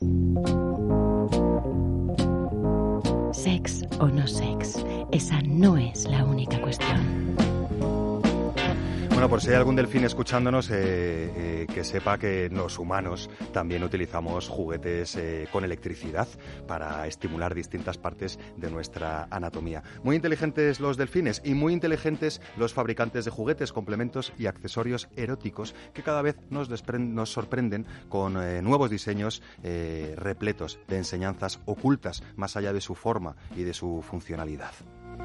Sex o no sex, esa no es la única cuestión. Bueno, por si hay algún delfín escuchándonos, que sepa que los humanos también utilizamos juguetes con electricidad para estimular distintas partes de nuestra anatomía. Muy inteligentes los delfines y muy inteligentes los fabricantes de juguetes, complementos y accesorios eróticos que cada vez nos sorprenden con nuevos diseños repletos de enseñanzas ocultas más allá de su forma y de su funcionalidad.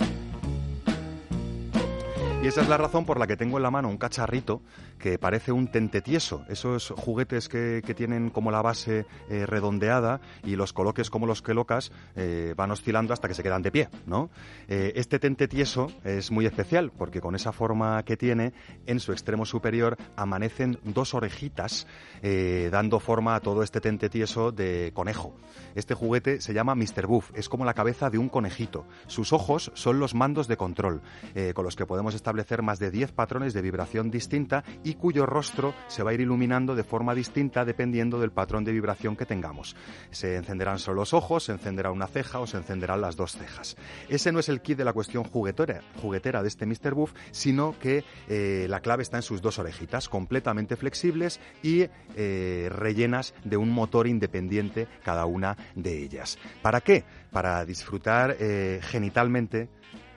Y esa es la razón por la que tengo en la mano un cacharrito que parece un tentetieso. Esos juguetes que tienen como la base redondeada y los coloques como los colocas van oscilando hasta que se quedan de pie, ¿no? Este tentetieso es muy especial porque con esa forma que tiene, en su extremo superior amanecen dos orejitas dando forma a todo este tentetieso de conejo. Este juguete se llama Mr. Buff, es como la cabeza de un conejito. Sus ojos son los mandos de control, con los que podemos establecer más de 10 patrones de vibración distinta y cuyo rostro se va a ir iluminando de forma distinta dependiendo del patrón de vibración que tengamos. Se encenderán solo los ojos, se encenderá una ceja o se encenderán las dos cejas. Ese no es el kit de la cuestión juguetera de este Mr. Buff, sino que la clave está en sus dos orejitas, completamente flexibles y rellenas de un motor independiente cada una de ellas. ¿Para qué? Para disfrutar genitalmente,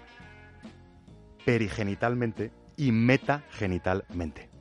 perigenitalmente y metagenitalmente.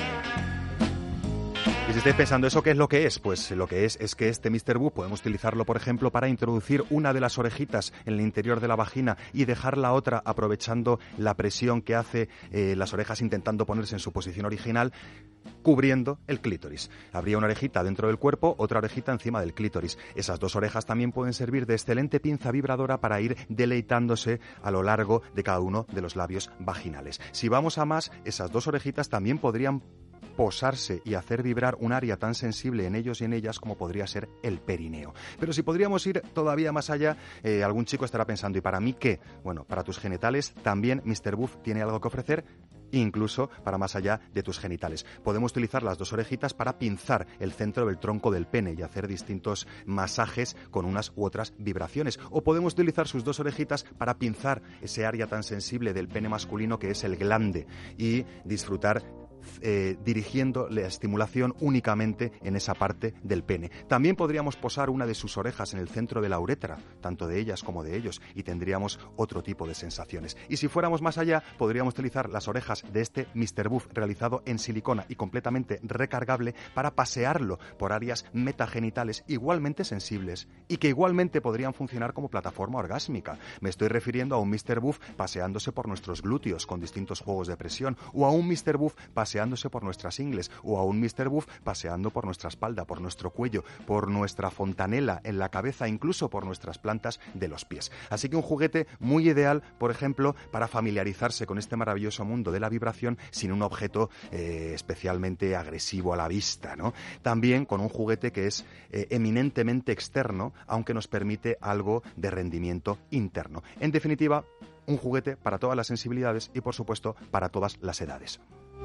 Y si estáis pensando, ¿eso qué es lo que es? Pues lo que es que este Mr. Buff podemos utilizarlo, por ejemplo, para introducir una de las orejitas en el interior de la vagina y dejar la otra aprovechando la presión que hace las orejas intentando ponerse en su posición original, cubriendo el clítoris. Habría una orejita dentro del cuerpo, otra orejita encima del clítoris. Esas dos orejas también pueden servir de excelente pinza vibradora para ir deleitándose a lo largo de cada uno de los labios vaginales. Si vamos a más, esas dos orejitas también podrían posarse y hacer vibrar un área tan sensible en ellos y en ellas como podría ser el perineo. Pero si podríamos ir todavía más allá, algún chico estará pensando, ¿y para mí qué? Bueno, para tus genitales también Mr. Buff tiene algo que ofrecer, incluso para más allá de tus genitales. Podemos utilizar las dos orejitas para pinzar el centro del tronco del pene y hacer distintos masajes con unas u otras vibraciones. O podemos utilizar sus dos orejitas para pinzar ese área tan sensible del pene masculino que es el glande y disfrutar dirigiendo la estimulación únicamente en esa parte del pene. También podríamos posar una de sus orejas en el centro de la uretra, tanto de ellas como de ellos, y tendríamos otro tipo de sensaciones. Y si fuéramos más allá, podríamos utilizar las orejas de este Mr. Buff realizado en silicona y completamente recargable para pasearlo por áreas metagenitales igualmente sensibles y que igualmente podrían funcionar como plataforma orgásmica. Me estoy refiriendo a un Mr. Buff paseándose por nuestros glúteos con distintos juegos de presión, o a un Mr. Buff paseándose por nuestras ingles, o a un Mr. Buff paseando por nuestra espalda, por nuestro cuello, por nuestra fontanela en la cabeza, incluso por nuestras plantas de los pies. Así que un juguete muy ideal, por ejemplo, para familiarizarse con este maravilloso mundo de la vibración sin un objeto especialmente agresivo a la vista, ¿no? También con un juguete que es eminentemente externo, aunque nos permite algo de rendimiento interno. En definitiva, un juguete para todas las sensibilidades y, por supuesto, para todas las edades.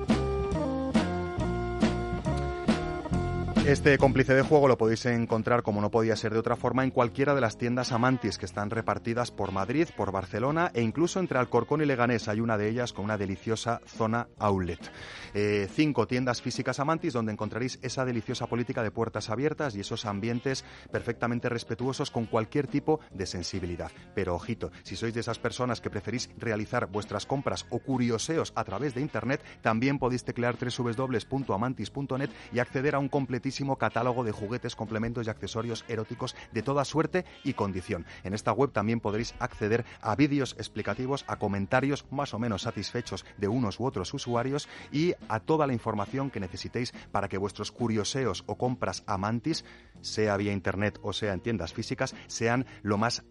Este cómplice de juego lo podéis encontrar, como no podía ser de otra forma, en cualquiera de las tiendas Amantis que están repartidas por Madrid, por Barcelona e incluso entre Alcorcón y Leganés. Hay una de ellas con una deliciosa zona outlet. 5 tiendas físicas Amantis donde encontraréis esa deliciosa política de puertas abiertas y esos ambientes perfectamente respetuosos con cualquier tipo de sensibilidad. Pero ojito, si sois de esas personas que preferís realizar vuestras compras o curioseos a través de internet, también podéis teclear www.amantis.net y acceder a un completísimo catálogo de juguetes, complementos y accesorios eróticos de toda suerte y condición. En esta web también podréis acceder a vídeos explicativos, a comentarios más o menos satisfechos de unos u otros usuarios y a toda la información que necesitéis para que vuestros curioseos o compras Amantis, sea vía internet o sea en tiendas físicas, sean lo más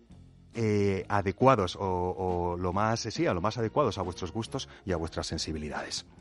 adecuados o lo más adecuados a vuestros gustos y a vuestras sensibilidades.